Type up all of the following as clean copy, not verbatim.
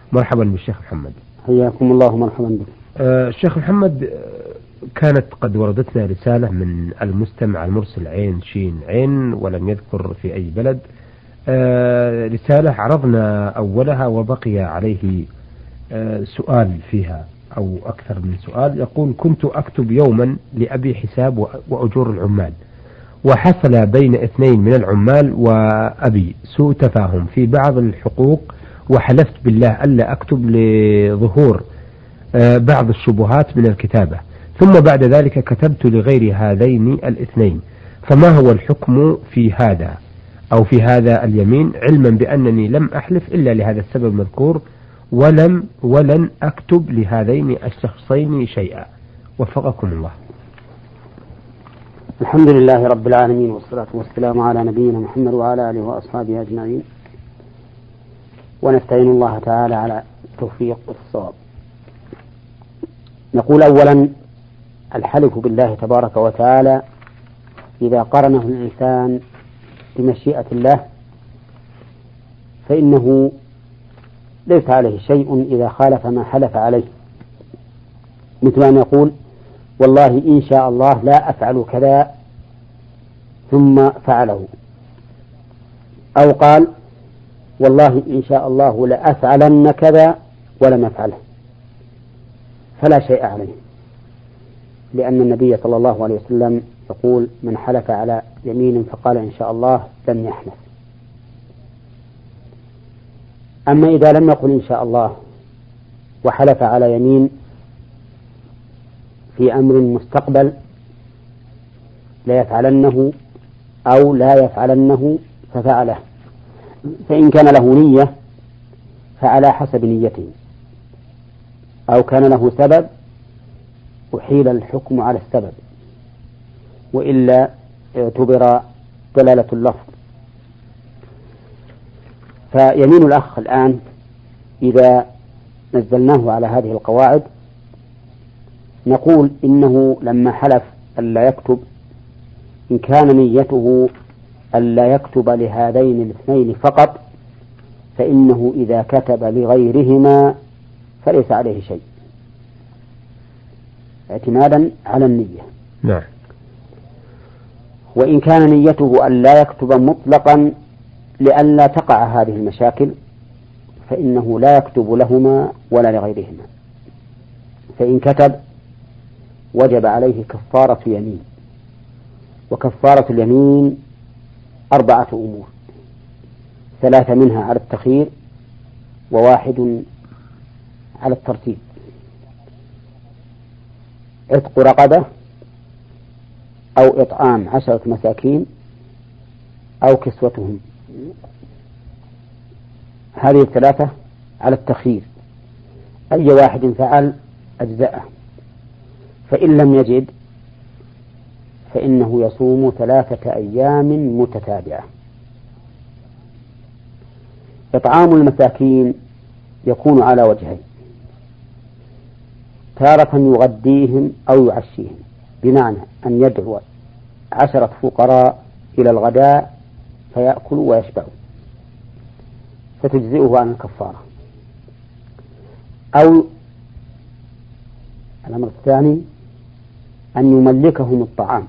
مرحبا بالشيخ محمد. حياكم الله، مرحبا بك. الشيخ محمد، كانت قد وردتنا رسالة من المستمع المرسل عين شين عين ولم يذكر في أي بلد. رسالة عرضنا أولها وبقي عليه سؤال فيها أو أكثر من سؤال. يقول: كنت أكتب يوما لأبي حساب وأجور العمال، وحصل بين اثنين من العمال وأبي سوء تفاهم في بعض الحقوق، وحلفت بالله ألا أكتب لظهور بعض الشبهات من الكتابة، ثم بعد ذلك كتبت لغير هذين الاثنين، فما هو الحكم في هذا أو في هذا اليمين، علما بأنني لم أحلف إلا لهذا السبب المذكور، ولن أكتب لهذين الشخصين شيئا، وفقكم الله. الحمد لله رب العالمين، والصلاة والسلام على نبينا محمد وعلى آله وأصحابه أجمعين، ونستعين الله تعالى على التوفيق والصواب. نقول أولا: الحلف بالله تبارك وتعالى إذا قرنه الإنسان بمشيئة الله فإنه ليس عليه شيء إذا خالف ما حلف عليه، مثل أن يقول: والله إن شاء الله لا أفعل كذا ثم فعله، أو قال: والله إن شاء الله لأفعلن كذا ولم يفعله، فلا شيء عليه، لأن النبي صلى الله عليه وسلم يقول: من حلف على يمين فقال إن شاء الله لم يحنث. أما إذا لم يقل إن شاء الله وحلف على يمين في أمر مستقبل لا يفعلنه أو لا يفعلنه ففعله، فإن كان له نية فعلى حسب نيته، أو كان له سبب أحيل الحكم على السبب، وإلا اعتبر دلالة اللفظ. فيمين الأخ الآن إذا نزلناه على هذه القواعد نقول إنه لما حلف ألا يكتب، إن كان نيته ألا يكتب لهذين الاثنين فقط فإنه إذا كتب لغيرهما فليس عليه شيء، اعتمادا على النية. نعم. وإن كان نيته ألا يكتب مطلقا لئلا تقع هذه المشاكل فإنه لا يكتب لهما ولا لغيرهما، فإن كتب وجب عليه كفارة يمين، وكفارة اليمين 4 أمور: 3 منها على التخيير، و1 على الترتيب: عتق رقبة، أو إطعام 10 مساكين، أو كسوتهم. هذه 3 على التخيير، أي واحد فعل أجزاءه، فإن لم يجد فإنه يصوم 3 أيام متتابعة. إطعام المساكين يكون على وجهين: تارة يغديهم أو يعشيهم، بمعنى أن يدعو 10 فقراء إلى الغداء فيأكلوا ويشبعوا فتجزئه عن الكفارة. أو الأمر الثاني أن يملكهم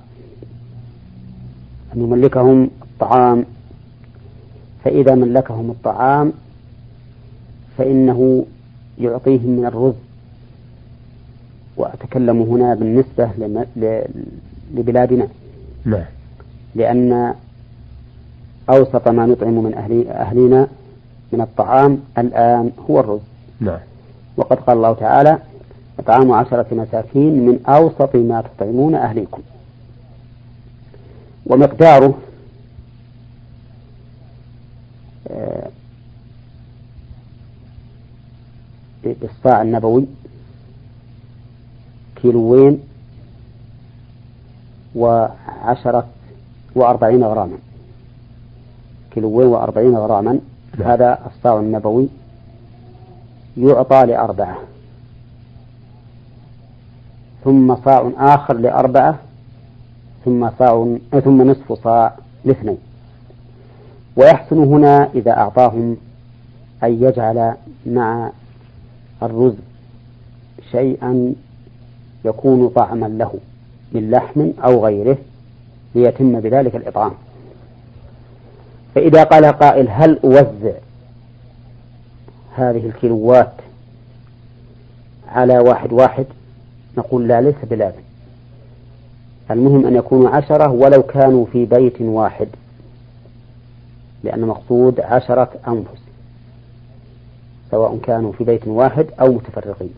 الطعام، فإذا ملكهم الطعام فإنه يعطيهم من الرز، وأتكلم هنا بالنسبة لبلادنا، لأن أوسط ما نطعم من أهلنا من الطعام الآن هو الرز. وقد قال الله تعالى: إطعام 10 مساكين من أوسط ما تطعمون أهليكم. ومقداره بالصاع النبوي 2 و40 غراما، 2 و40 غراما. هذا الصاع النبوي يعطى ل4، ثم صاع آخر ل4، ثم نصف صاع ل2. ويحسن هنا إذا أعطاهم أن يجعل مع الرز شيئا يكون طعما له من لحم أو غيره ليتم بذلك الإطعام. فإذا قال قائل هل أوزع هذه الكيلوات على واحد واحد؟ نقول لا، ليس بلازم. المهم أن يكونوا 10 ولو كانوا في بيت واحد، لأن مقصود 10 أنفس سواء كانوا في بيت واحد أو متفرقين.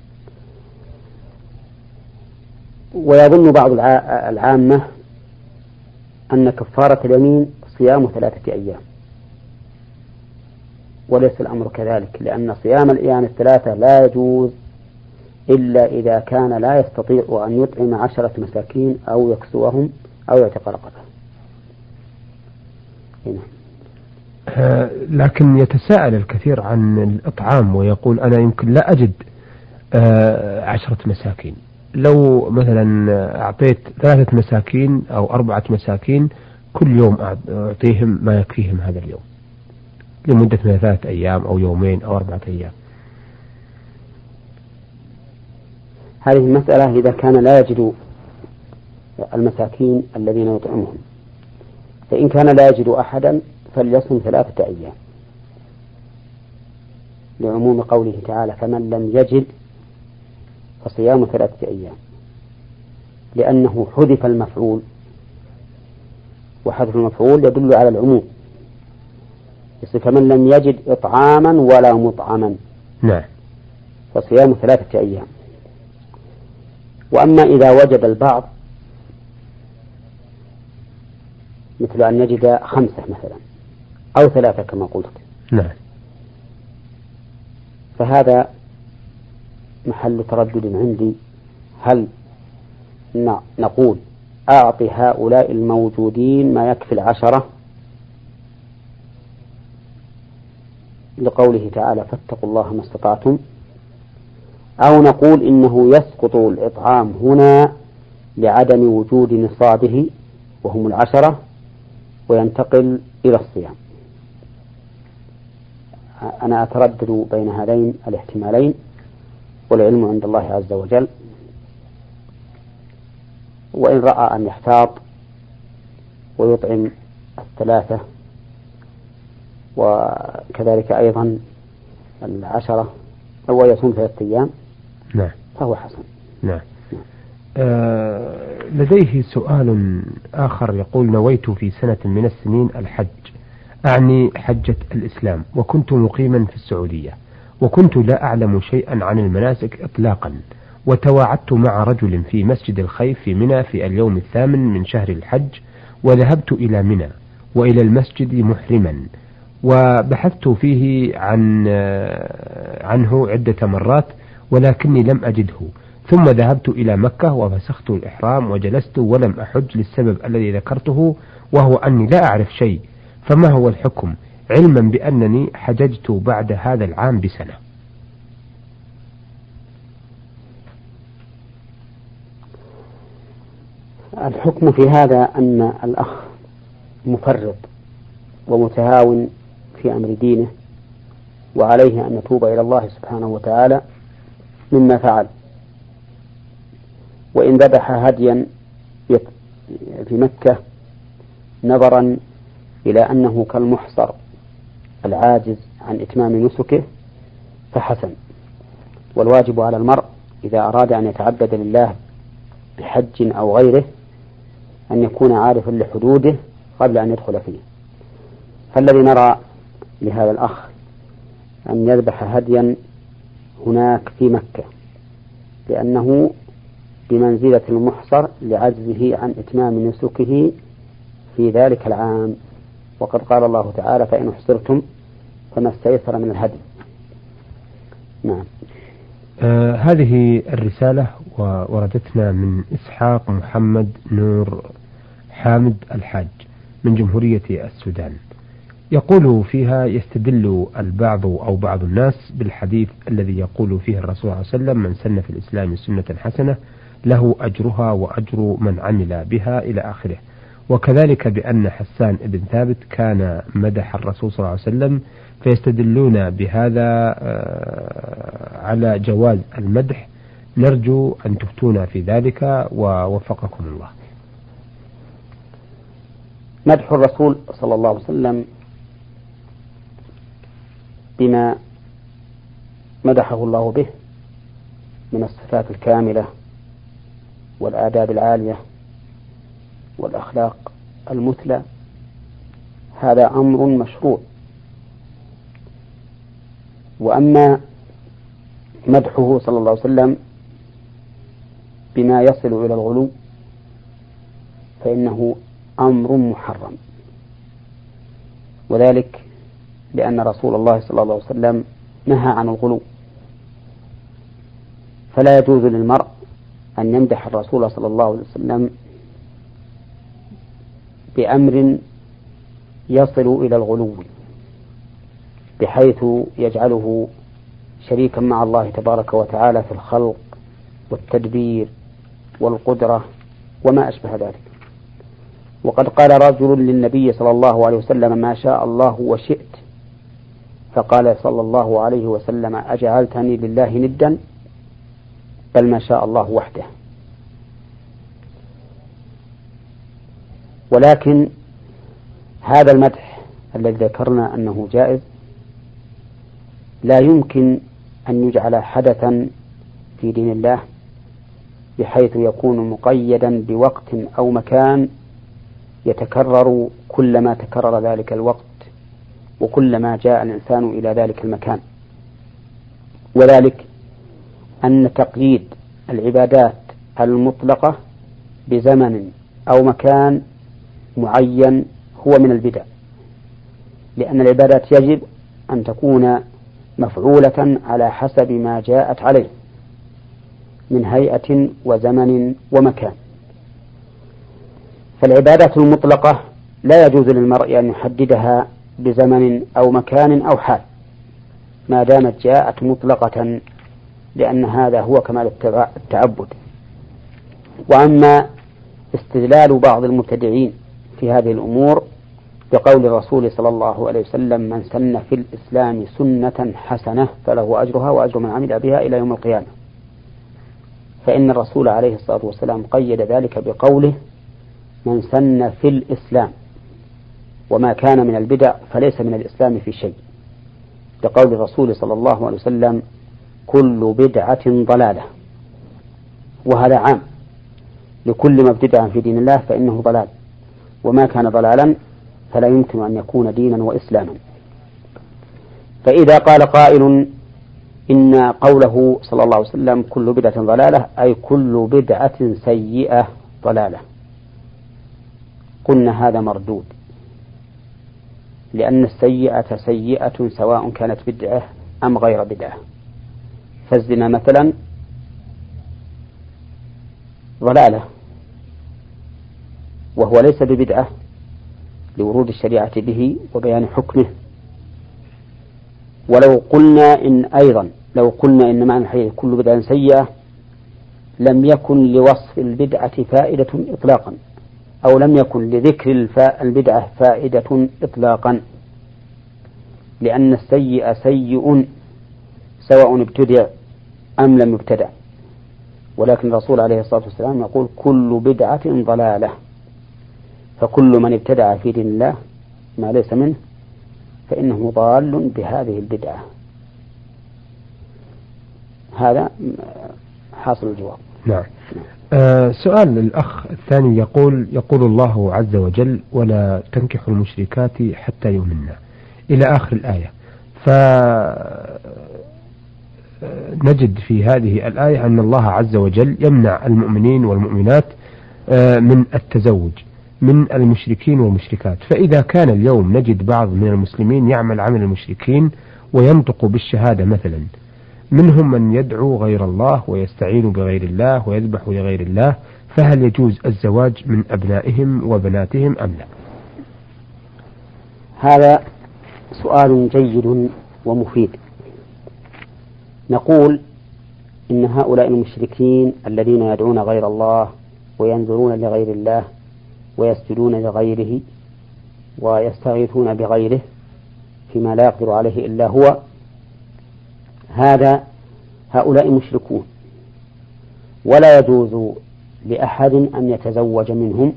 ويظن بعض العامة أن كفارة اليمين صيام 3 أيام، وليس الأمر كذلك، لأن صيام الأيام 3 لا يجوز إلا إذا كان لا يستطيع أن يطعم 10 مساكين أو يكسوهم أو يعتق رقبة. لكن يتساءل الكثير عن الإطعام ويقول أنا يمكن لا أجد 10 مساكين، لو مثلا أعطيت 3 مساكين أو 4 مساكين كل يوم أعطيهم ما يكفيهم هذا اليوم لمدة من 3 أيام أو يومين أو 4 أيام. هذه المسألة إذا كان لا يجد المساكين الذين يطعمهم، فإن كان لا يجد أحدا فليصم 3 أيام، لعموم قوله تعالى فمن لم يجد فصيام 3 أيام، لأنه حذف المفعول، وحذف المفعول يدل على العموم، فمن لم يجد إطعاما ولا مطعما نعم فصيام 3 أيام. وأما إذا وجد البعض مثل أن يجد 5 مثلا أو 3 كما قلت، نعم، فهذا محل تردد عندي. هل نقول أعطي هؤلاء الموجودين ما يكفي 10 لقوله تعالى فاتقوا الله ما استطعتم، أو نقول إنه يسقط الإطعام هنا لعدم وجود نصابه وهم 10 وينتقل إلى الصيام؟ أنا أتردد بين هذين الاحتمالين، والعلم عند الله عز وجل. وإن رأى أن يحتاط ويطعم 3 وكذلك أيضا 10 أو يصوم 3 أيام نعم فهو حسن. نعم. لديه سؤال آخر يقول نويت في سنة من السنين الحج، أعني حجة الإسلام، وكنت مقيما في السعودية، وكنت لا أعلم شيئا عن المناسك إطلاقا، وتواعدت مع رجل في مسجد الخيف في منى في اليوم 8 من شهر الحج، وذهبت إلى منى وإلى المسجد محرما، وبحثت فيه عنه عدة مرات ولكني لم أجده، ثم ذهبت إلى مكة وفسخت الإحرام وجلست ولم أحج للسبب الذي ذكرته، وهو أني لا أعرف شيء، فما هو الحكم علما بأنني حججت بعد هذا العام بسنة؟ الحكم في هذا أن الأخ مفرط ومتهاون في أمر دينه، وعليه أن يتوب إلى الله سبحانه وتعالى مما فعل. وإن ذبح هديا في مكة نظرا إلى أنه كالمحصر العاجز عن إتمام نسكه فحسن. والواجب على المرء إذا أراد أن يتعبد لله بحج أو غيره أن يكون عارفا لحدوده قبل أن يدخل فيه. فالذي نرى لهذا الأخ أن يذبح هديا هناك في مكة، لأنه بمنزلة المحصر لعجزه عن إتمام نسكه في ذلك العام، وقد قال الله تعالى فإن احصرتم فما استيسر من الهدي. نعم. هذه الرسالة وردتنا من إسحاق محمد نور حامد الحاج من جمهورية السودان، يقول فيها يستدل البعض أو بعض الناس بالحديث الذي يقول فيه الرسول صلى الله عليه وسلم من سن في الإسلام سنة حسنة له أجرها وأجر من عمل بها إلى آخره، وكذلك بأن حسان بن ثابت كان مدح الرسول صلى الله عليه وسلم، فيستدلون بهذا على جواز المدح، نرجو أن تفتونا في ذلك ووفقكم الله. مدح الرسول صلى الله عليه وسلم بما مدحه الله به من الصفات الكاملة والآداب العالية والأخلاق المثلى، هذا أمر مشروع. وأما مدحه صلى الله عليه وسلم بما يصل إلى الغلو فإنه أمر محرم، وذلك لأن رسول الله صلى الله عليه وسلم نهى عن الغلو، فلا يجوز للمرء أن يمدح الرسول صلى الله عليه وسلم بأمر يصل إلى الغلو بحيث يجعله شريكا مع الله تبارك وتعالى في الخلق والتدبير والقدرة وما أشبه ذلك. وقد قال رجل للنبي صلى الله عليه وسلم: ما شاء الله وشئت، فقال صلى الله عليه وسلم: أجعلتني لله ندا؟ بل ما شاء الله وحده. ولكن هذا المدح الذي ذكرنا أنه جائز لا يمكن أن يجعل حدثا في دين الله بحيث يكون مقيدا بوقت أو مكان يتكرر كلما تكرر ذلك الوقت وكلما جاء الإنسان إلى ذلك المكان، وذلك أن تقييد العبادات المطلقة بزمن أو مكان معين هو من البدع، لأن العبادات يجب أن تكون مفعولة على حسب ما جاءت عليه من هيئة وزمن ومكان. فالعبادات المطلقة لا يجوز للمرء أن يحددها بزمن أو مكان أو حال ما دامت جاءت مطلقة، لأن هذا هو كمال التعبد. وأما استدلال بعض المبتدعين في هذه الأمور بقول الرسول صلى الله عليه وسلم: من سن في الإسلام سنة حسنة فله أجرها وأجر من عمل بها إلى يوم القيامة، فإن الرسول عليه الصلاة والسلام قيد ذلك بقوله: من سن في الإسلام، وما كان من البدع فليس من الإسلام في شيء، لقول الرسول صلى الله عليه وسلم: كل بدعة ضلالة. وهذا عام لكل ما ابتدع في دين الله فإنه ضلال، وما كان ضلالا فلا يمكن أن يكون دينا وإسلاما. فإذا قال قائل إن قوله صلى الله عليه وسلم كل بدعة ضلالة أي كل بدعة سيئة ضلالة، قلنا هذا مردود، لأن السيئة سيئة سواء كانت بدعة أم غير بدعة. فالزنا مثلا ضلالة وهو ليس ببدعة لورود الشريعة به وبيان حكمه. ولو قلنا إن معنى الحديث كل بدعة سيئة لم يكن لوصف البدعة فائدة إطلاقا، أو لم يكن لذكر البدعة فائدة إطلاقا، لأن السيء سيء سواء ابتدع أم لم يبتدع. ولكن الرسول عليه الصلاة والسلام يقول كل بدعة ضلالة، فكل من ابتدع في دين الله ما ليس منه فإنه ضال بهذه البدعة. هذا حاصل الجواب. نعم. سؤال الأخ الثاني يقول الله عز وجل: ولا تنكحوا المشركات حتى يؤمنن، إلى آخر الآية. فنجد في هذه الآية أن الله عز وجل يمنع المؤمنين والمؤمنات من التزوج من المشركين والمشركات. فإذا كان اليوم نجد بعض من المسلمين يعمل عمل المشركين وينطق بالشهادة مثلا، منهم من يدعو غير الله ويستعين بغير الله ويذبح لغير الله، فهل يجوز الزواج من أبنائهم وبناتهم أم لا؟ هذا سؤال جيد ومفيد. نقول إن هؤلاء المشركين الذين يدعون غير الله وينذرون لغير الله ويسجدون لغيره ويستغيثون بغيره فيما لا يقدر عليه إلا هو، هذا هؤلاء مشركون، ولا يجوز لأحد أن يتزوج منهم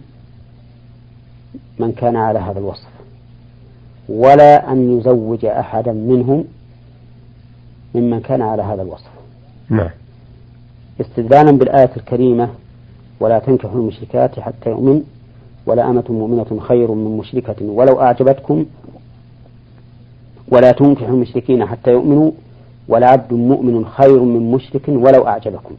من كان على هذا الوصف، ولا أن يزوج أحدا منهم ممن كان على هذا الوصف. نعم. استدلالا بالآية الكريمة: ولا تنكحوا المشركات حتى يؤمن ولا أمة مؤمنة خير من مشركة ولو أعجبتكم ولا تنكحوا المشركين حتى يؤمنوا ولا عبد مؤمن خير من مشرك ولو أعجبكم.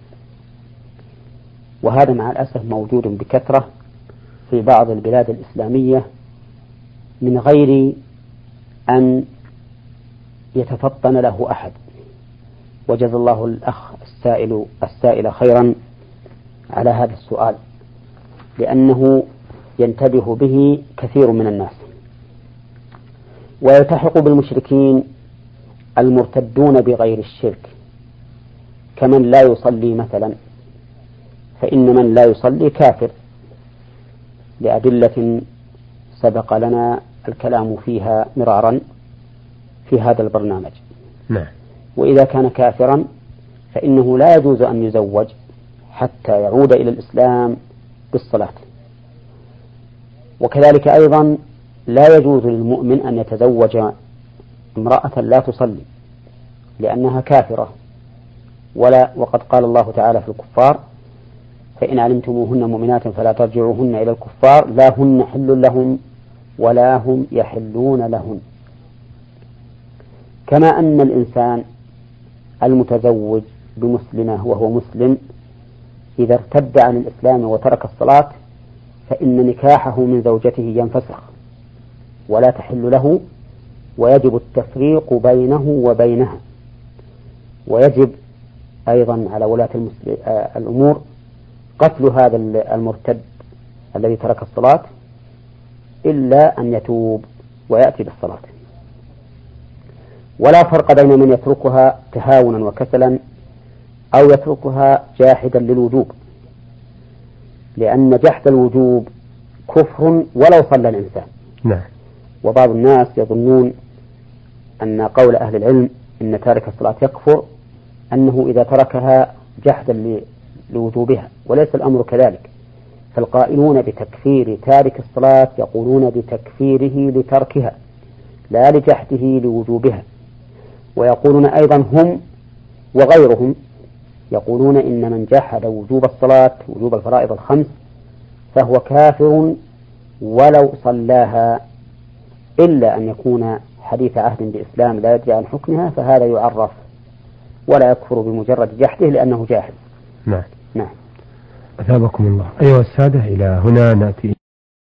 وهذا مع الأسف موجود بكثرة في بعض البلاد الإسلامية من غير أن يتفطن له أحد. وجزا الله الأخ السائل خيرا على هذا السؤال، لأنه ينتبه به كثير من الناس. ويلتحق بالمشركين المرتدون بغير الشرك كمن لا يصلي مثلا، فإن من لا يصلي كافر لأدلة سبق لنا الكلام فيها مرارا في هذا البرنامج. نعم. وإذا كان كافرا فإنه لا يجوز أن يزوج حتى يعود إلى الإسلام بالصلاة. وكذلك أيضا لا يجوز للمؤمن أن يتزوج امرأة لا تصلي لأنها كافرة، وقد قال الله تعالى في الكفار: فإن علمتموهن مؤمنات فلا ترجعوهن إلى الكفار لا هن حل لهم ولا هم يحلون لهن. كما أن الإنسان المتزوج بمسلمة وهو مسلم إذا ارتد عن الإسلام وترك الصلاة فإن نكاحه من زوجته ينفسخ ولا تحل له، ويجب التفريق بينه وبينها. ويجب أيضا على ولاة الأمور قتل هذا المرتد الذي ترك الصلاة إلا أن يتوب ويأتي بالصلاة. ولا فرق بين من يتركها تهاونا وكسلا أو يتركها جاحدا للوجوب، لأن جحد الوجوب كفر ولو صلى الإنسان. نعم. وبعض الناس يظنون أن قول أهل العلم إن تارك الصلاة يكفر أنه إذا تركها جحدا لوجوبها، وليس الأمر كذلك. فالقائلون بتكفير تارك الصلاة يقولون بتكفيره لتركها لا لجحده لوجوبها. ويقولون أيضا هم وغيرهم يقولون إن من جحد وجوب الصلاة وجوب الفرائض الخمس فهو كافر ولو صلاها، إلا أن يكون حديث عهد بإسلام لا يدري عن حكمها، فهذا يعرف ولا يكفر بمجرد جحده لأنه جاحد. نعم. نعم. أثابكم الله. أيها السادة، إلى هنا نأتي